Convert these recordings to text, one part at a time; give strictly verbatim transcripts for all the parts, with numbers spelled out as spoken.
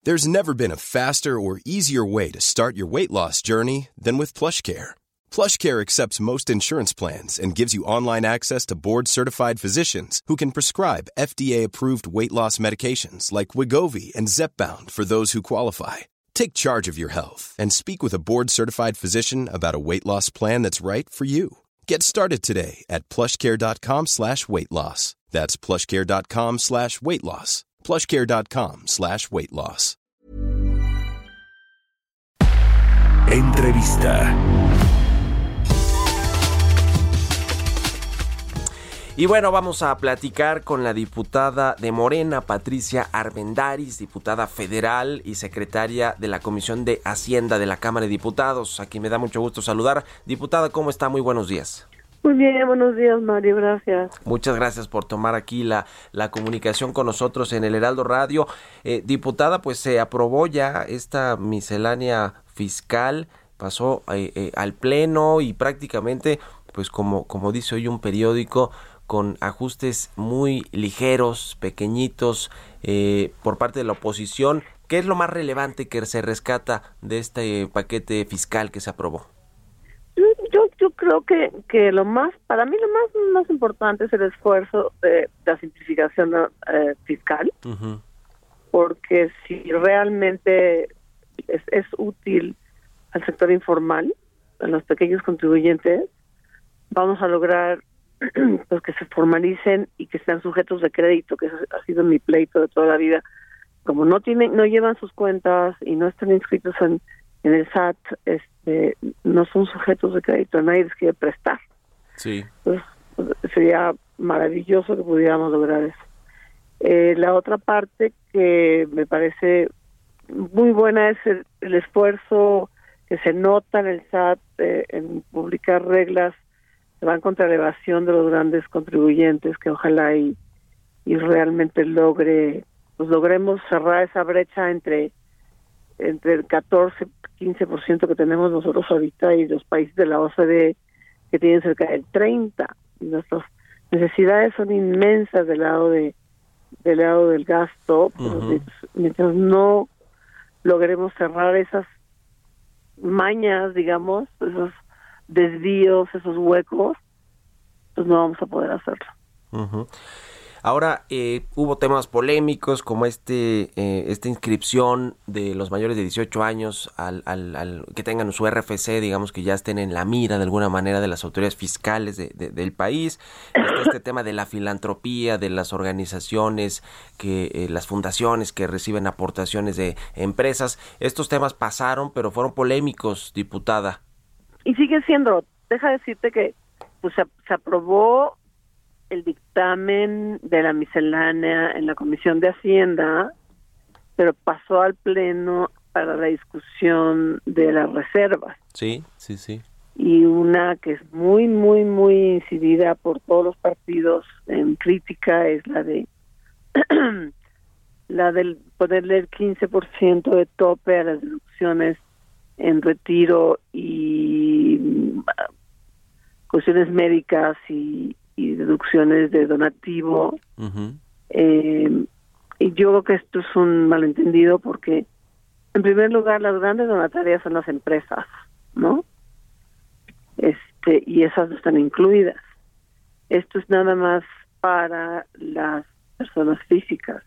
There's never been a faster or easier way to start your weight loss journey than with PlushCare. PlushCare accepts most insurance plans and gives you online access to board-certified physicians who can prescribe F D A-approved weight loss medications like Wegovy and Zepbound for those who qualify. Take charge of your health and speak with a board-certified physician about a weight loss plan that's right for you. Get started today at plushcare.com slash weight loss. That's plushcare.com slash weight loss. plushcare.com slash weight loss. Entrevista. Y bueno, vamos a platicar con la diputada de Morena, Patricia Armendáriz, diputada federal y secretaria de la Comisión de Hacienda de la Cámara de Diputados, a quien me da mucho gusto saludar. Diputada, ¿cómo está? Muy buenos días. Muy bien, buenos días, Mario, gracias. Muchas gracias por tomar aquí la, la comunicación con nosotros en el Heraldo Radio. Eh, diputada, pues se aprobó ya esta miscelánea fiscal, pasó eh, eh, al Pleno y prácticamente, pues como, como dice hoy un periódico, con ajustes muy ligeros, pequeñitos, eh, por parte de la oposición. ¿Qué es lo más relevante que se rescata de este paquete fiscal que se aprobó? Yo, yo creo que, que lo más, para mí lo más, más importante es el esfuerzo de, de la simplificación eh, fiscal, uh-huh. Porque si realmente es, es útil al sector informal, a los pequeños contribuyentes, vamos a lograr pues que se formalicen y que sean sujetos de crédito, que eso ha sido mi pleito de toda la vida. Como no tienen, no llevan sus cuentas y no están inscritos en, en el S A T, este, no son sujetos de crédito, nadie les quiere prestar. Sí. Entonces, sería maravilloso que pudiéramos lograr eso. Eh, la otra parte que me parece muy buena es el, el esfuerzo que se nota en el S A T eh, en publicar reglas que van contra la evasión de los grandes contribuyentes, que ojalá y, y realmente logre, pues logremos cerrar esa brecha entre entre el catorce, quince por ciento que tenemos nosotros ahorita y los países de la O C D E que tienen cerca del treinta por ciento. Y nuestras necesidades son inmensas del lado de del lado del gasto, uh-huh. mientras, mientras no logremos cerrar esas mañas, digamos, esos desvíos, esos huecos, pues no vamos a poder hacerlo. Uh-huh. Ahora, eh, hubo temas polémicos como este eh, esta inscripción de los mayores de dieciocho años al, al, al que tengan su R F C, digamos que ya estén en la mira de alguna manera de las autoridades fiscales de, de, del país. Está este tema de la filantropía, de las organizaciones, que eh, las fundaciones que reciben aportaciones de empresas. Estos temas pasaron, pero fueron polémicos, diputada. Y sigue siendo. Deja decirte que pues se, se aprobó el dictamen de la miscelánea en la Comisión de Hacienda, pero pasó al Pleno para la discusión de las reservas. Sí, sí, sí. Y una que es muy, muy, muy incidida por todos los partidos en crítica es la de la del ponerle el quince por ciento de tope a las deducciones en retiro y cuestiones médicas y y deducciones de donativo. Uh-huh. Eh, y yo creo que esto es un malentendido porque, en primer lugar, las grandes donatarias son las empresas, ¿no? Este y esas no están incluidas. Esto es nada más para las personas físicas.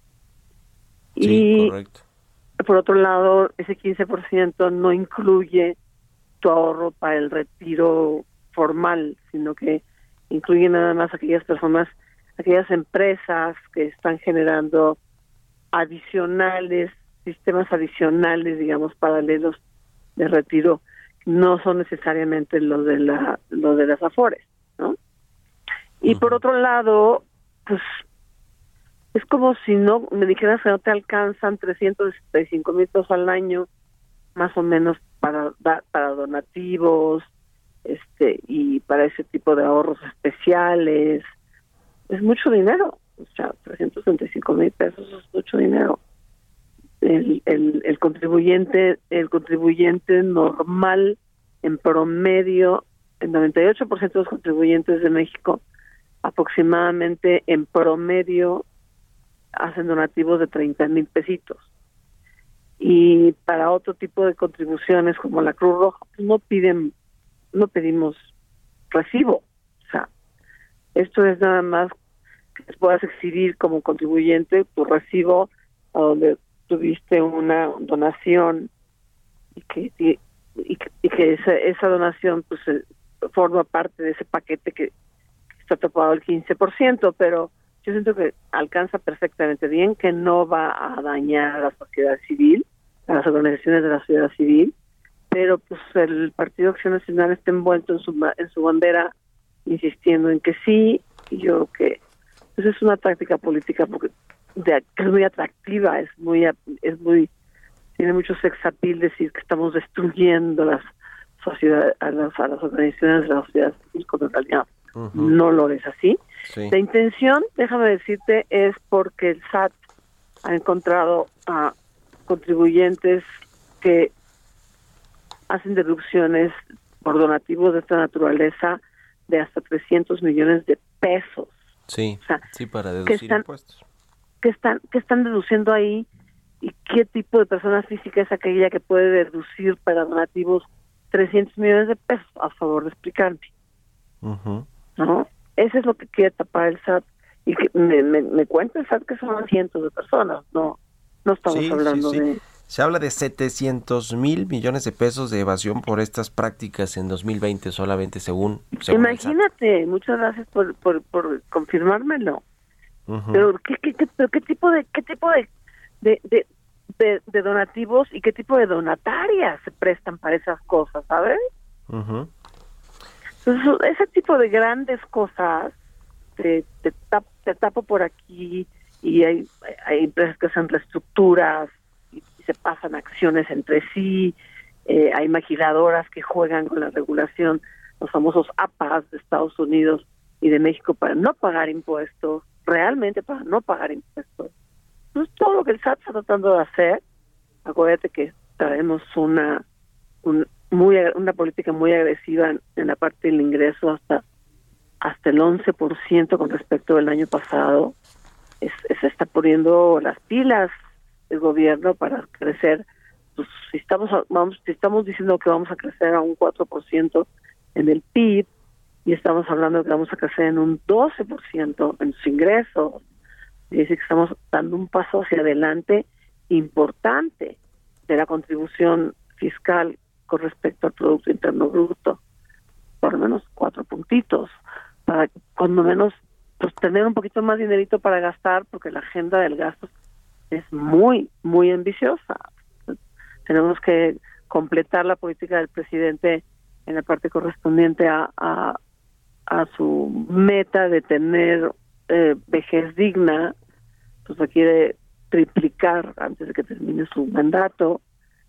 Sí, y, correcto. Por otro lado, ese quince por ciento no incluye tu ahorro para el retiro formal, sino que incluye nada más aquellas personas, aquellas empresas que están generando adicionales, sistemas adicionales, digamos, paralelos de retiro, no son necesariamente los de la los de las Afores, ¿no? Y uh-huh. Por otro lado, pues es como si no me dijeras que no te alcanzan trescientos sesenta y cinco mil pesos al año, más o menos para para donativos, este y para ese tipo de ahorros especiales. Es mucho dinero, o sea, trescientos sesenta y cinco mil pesos es mucho dinero. El, el el contribuyente el contribuyente normal en promedio, el noventa y ocho por ciento de los contribuyentes de México aproximadamente en promedio hacen donativos de treinta mil pesitos. y para otro tipo de contribuciones como la Cruz Roja, pues no piden, no pedimos recibo. O sea, esto es nada más que puedas exhibir como contribuyente tu recibo a donde tuviste una donación y que y, y, y que esa, esa donación pues forma parte de ese paquete que, que está topado el quince por ciento, pero yo siento que alcanza perfectamente bien, que no va a dañar a la sociedad civil, a las organizaciones de la sociedad civil, pero pues el Partido Acción Nacional está envuelto en su en su bandera insistiendo en que sí, y yo creo que pues es una táctica política porque de, que es muy atractiva, es muy es muy tiene mucho sex appeal decir que estamos destruyendo las sociedades a las, a las organizaciones de la sociedad civil, cuando en realidad uh-huh. no lo es así. Sí. La intención, déjame decirte, es porque el S A T ha encontrado a contribuyentes que hacen deducciones por donativos de esta naturaleza de hasta trescientos millones de pesos. Sí, o sea, sí, para deducir que están, impuestos. Que están, que están deduciendo ahí y qué tipo de persona física es aquella que puede deducir para donativos trescientos millones de pesos, a favor de explicarme. Uh-huh. ¿No? Eso es lo que quiere tapar el S A T. Y que me, me, me cuenta el S A T que son cientos de personas, no no estamos sí, hablando sí, sí. de... Se habla de setecientos mil millones de pesos de evasión por estas prácticas en dos mil veinte solamente, según, según Imagínate, muchas gracias por por, por confirmármelo. Uh-huh. Pero ¿qué, qué, qué, pero qué tipo de qué tipo de de, de de de donativos y qué tipo de donatarias se prestan para esas cosas, ¿sabes? Uh-huh. Entonces, ese tipo de grandes cosas te, te, tap, te tapo por aquí y hay, hay empresas que hacen reestructuras y, y se pasan acciones entre sí, eh, hay maquiladoras que juegan con la regulación, los famosos A P As de Estados Unidos y de México para no pagar impuestos, realmente para no pagar impuestos. Entonces todo lo que el S A T está tratando de hacer, acuérdate que traemos una un, muy una política muy agresiva en, en la parte del ingreso hasta hasta el once por ciento con respecto al año pasado. Es, se está poniendo las pilas el gobierno para crecer. Pues, si estamos vamos si estamos diciendo que vamos a crecer a un cuatro por ciento en el P I B y estamos hablando de que vamos a crecer en un doce por ciento en sus ingresos, y dice que estamos dando un paso hacia adelante importante de la contribución fiscal con respecto al Producto Interno Bruto, por lo menos cuatro puntitos, para cuando menos pues tener un poquito más dinerito para gastar, porque la agenda del gasto es muy, muy ambiciosa. Tenemos que completar la política del presidente en la parte correspondiente a, a, a su meta de tener eh, vejez digna, pues requiere triplicar antes de que termine su mandato.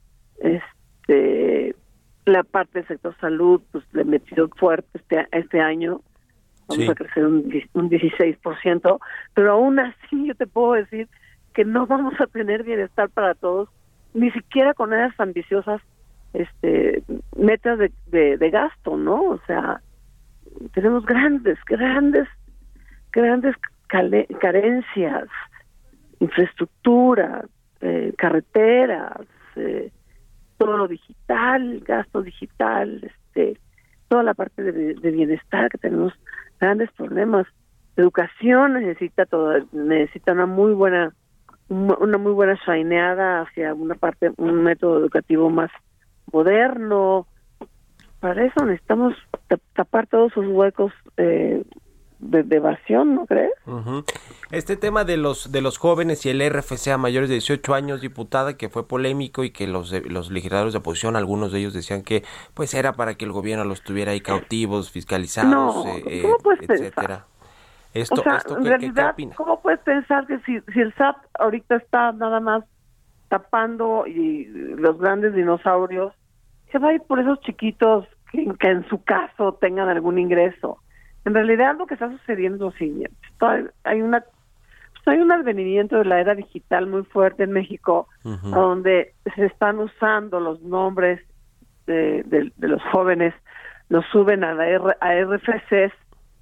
Este, la parte del sector salud, pues le metió fuerte este, este año. Vamos sí. a crecer un, un dieciséis por ciento, pero aún así yo te puedo decir que no vamos a tener bienestar para todos, ni siquiera con esas ambiciosas este metas de, de, de gasto, ¿no? O sea, tenemos grandes, grandes, grandes cale, carencias, infraestructura, eh, carreteras, eh, todo lo digital, gasto digital, este, toda la parte de, de bienestar que tenemos grandes problemas. Educación necesita todo, necesita una muy buena, una muy buena shineada hacia una parte, un método educativo más moderno. Para eso necesitamos tapar todos esos huecos eh, de, de evasión, ¿no crees? Uh-huh. Este tema de los de los jóvenes y el R F C a mayores de dieciocho años, diputada, que fue polémico y que los los legisladores de oposición, algunos de ellos decían que pues era para que el gobierno los tuviera ahí cautivos, fiscalizados, no, eh, ¿cómo puedes etcétera. Pensar? Esto, o sea, esto en ¿qué, realidad, ¿qué opinas? ¿cómo puedes pensar que si, si el S A T ahorita está nada más tapando y los grandes dinosaurios, se va a ir por esos chiquitos que, que en su caso tengan algún ingreso? En realidad lo que está sucediendo es lo siguiente. Hay una pues hay un advenimiento de la era digital muy fuerte en México, uh-huh. donde se están usando los nombres de, de, de los jóvenes, los suben a la R, a R F Cs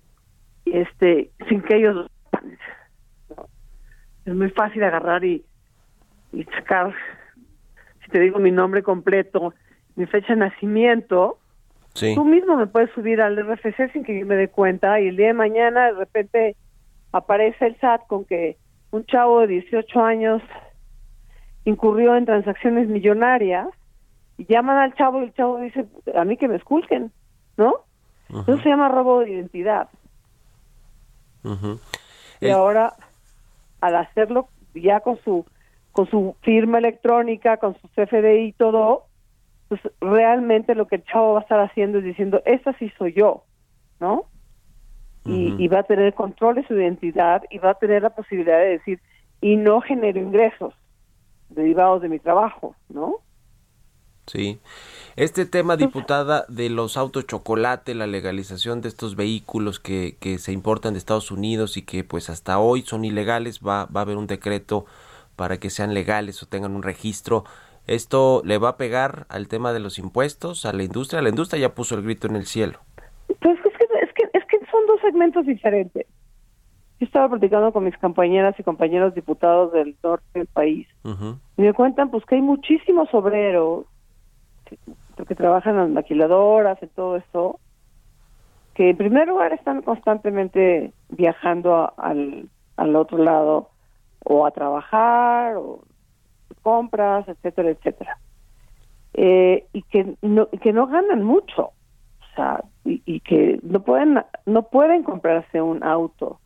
este sin que ellos ¿no? Es muy fácil agarrar y, y sacar si te digo mi nombre completo, mi fecha de nacimiento, sí. Tú mismo me puedes subir al R F C sin que yo me dé cuenta, y el día de mañana de repente aparece el S A T con que un chavo de dieciocho años incurrió en transacciones millonarias, y llaman al chavo y el chavo dice, a mí que me esculquen, ¿no? Uh-huh. Eso se llama robo de identidad. Uh-huh. Y el... ahora, al hacerlo ya con su con su firma electrónica, con su C F D I y todo, pues realmente lo que el chavo va a estar haciendo es diciendo, esta sí soy yo, ¿no? Y, uh-huh. y va a tener control de su identidad y va a tener la posibilidad de decir, y no genero ingresos derivados de mi trabajo, ¿no? Sí. Este tema, diputada, de los autos chocolate, la legalización de estos vehículos que, que se importan de Estados Unidos y que pues hasta hoy son ilegales, va, va a haber un decreto para que sean legales o tengan un registro. ¿Esto le va a pegar al tema de los impuestos a la industria? La industria ya puso el grito en el cielo. Pues es que, es que, es que son dos segmentos diferentes. Yo estaba platicando con mis compañeras y compañeros diputados del norte del país, uh-huh. y me cuentan pues que hay muchísimos obreros que, que trabajan en las maquiladoras, en todo esto, que en primer lugar están constantemente viajando a, al, al otro lado, o a trabajar, o compras, etcétera, etcétera, eh, y que no que no ganan mucho, o sea, y, y que no pueden no pueden comprarse un auto,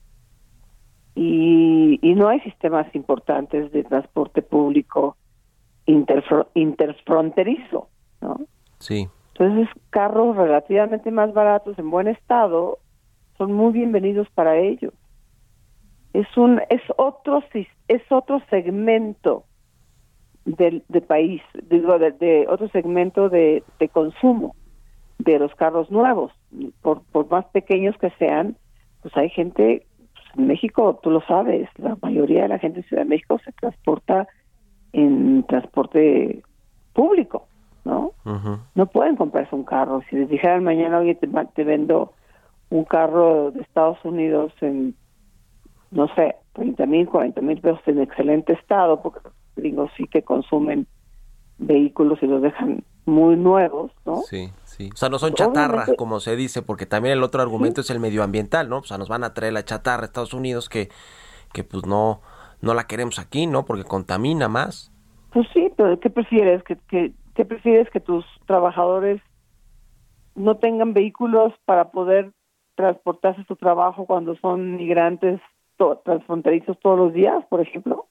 y, y no hay sistemas importantes de transporte público interfro, interfronterizo, ¿no? Sí. Entonces, carros relativamente más baratos en buen estado son muy bienvenidos para ellos. Es un es otro es otro segmento del de país, digo de, de otro segmento de, de consumo de los carros nuevos, por por más pequeños que sean, pues hay gente pues en México, tú lo sabes, la mayoría de la gente en Ciudad de México se transporta en transporte público, ¿no? Uh-huh. No pueden comprarse un carro. Si les dijeran mañana, oye, te, te vendo un carro de Estados Unidos en, no sé, treinta mil, cuarenta mil pesos en excelente estado, porque los gringos sí que consumen vehículos y los dejan muy nuevos, ¿no? Sí, sí. O sea, no son chatarra, obviamente, como se dice, porque también el otro argumento, ¿sí?, es el medioambiental, ¿no? O sea, nos van a traer la chatarra a Estados Unidos que, que pues no, no la queremos aquí, ¿no? Porque contamina más. Pues sí, pero ¿qué prefieres? ¿Que, que, ¿Qué prefieres? ¿Que tus trabajadores no tengan vehículos para poder transportarse a su trabajo cuando son migrantes to- transfronterizos todos los días, por ejemplo?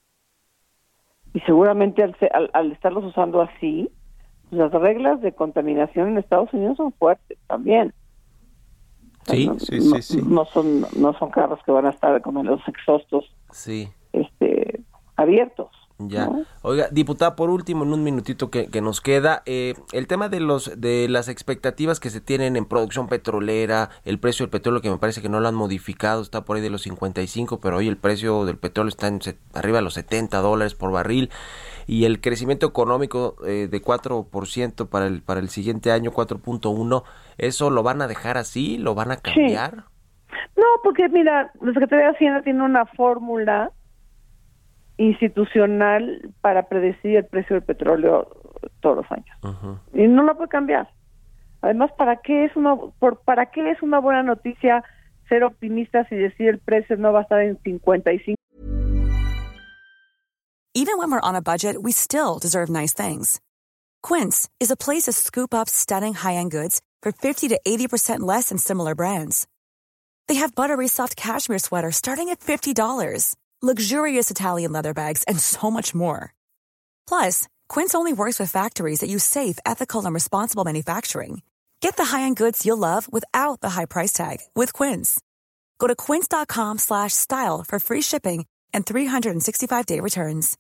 Y seguramente al, al, al estarlos usando así, pues las reglas de contaminación en Estados Unidos son fuertes también. Sí, o sea, no, sí, no, sí, sí. No son, no son carros que van a estar como en los exhaustos, sí, este, abiertos. Ya. ¿No? Oiga, diputada, por último, en un minutito que, que nos queda, eh, el tema de los de las expectativas que se tienen en producción petrolera, el precio del petróleo, que me parece que no lo han modificado, está por ahí de los cincuenta y cinco, pero hoy el precio del petróleo está en set, arriba de los setenta dólares por barril, y el crecimiento económico eh, de cuatro por ciento para el para el siguiente año, cuatro punto uno, ¿eso lo van a dejar así? ¿Lo van a cambiar? Sí. No, porque mira, la Secretaría de Hacienda tiene una fórmula institucional para predecir el precio del petróleo todos los años. Uh-huh. Y no la puede cambiar. Además, ¿para qué es una por para qué es una buena noticia ser optimistas y decir el precio no va a estar en cincuenta y cinco? Even when we're on a budget, we still deserve nice things. Quince is a place to scoop up stunning high-end goods for fifty to eighty percent less than similar brands. They have buttery soft cashmere sweaters starting at fifty dollars. Luxurious Italian leather bags, and so much more. Plus, Quince only works with factories that use safe, ethical, and responsible manufacturing. Get the high-end goods you'll love without the high price tag with Quince. Go to quince.com slash style for free shipping and three sixty-five day returns.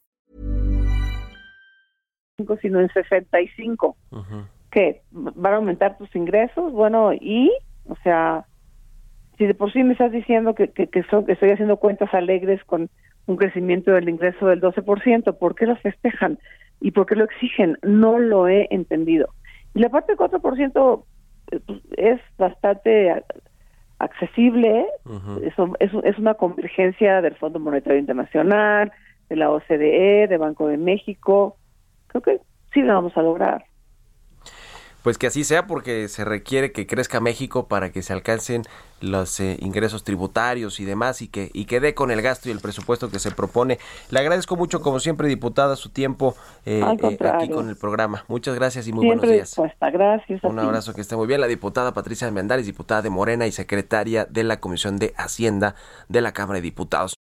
Sino en sesenta y cinco. Uh-huh. ¿Qué? ¿Van a aumentar tus ingresos? Bueno, y, o sea, si de por sí me estás diciendo que, que, que, son, que estoy haciendo cuentas alegres con un crecimiento del ingreso del doce por ciento, ¿por qué lo festejan? ¿Y por qué lo exigen? No lo he entendido. Y la parte del cuatro por ciento es bastante accesible, uh-huh. es, es, es una convergencia del Fondo Monetario Internacional, de la O C D E, de Banco de México, creo que sí lo vamos a lograr. Pues que así sea, porque se requiere que crezca México para que se alcancen los eh, ingresos tributarios y demás, y que y que dé con el gasto y el presupuesto que se propone. Le agradezco mucho, como siempre, diputada, su tiempo eh, eh, aquí con el programa. Muchas gracias y muy siempre buenos días. Dispuesta. Gracias. Un abrazo, que esté muy bien. La diputada Patricia Armendáriz, diputada de Morena y secretaria de la Comisión de Hacienda de la Cámara de Diputados.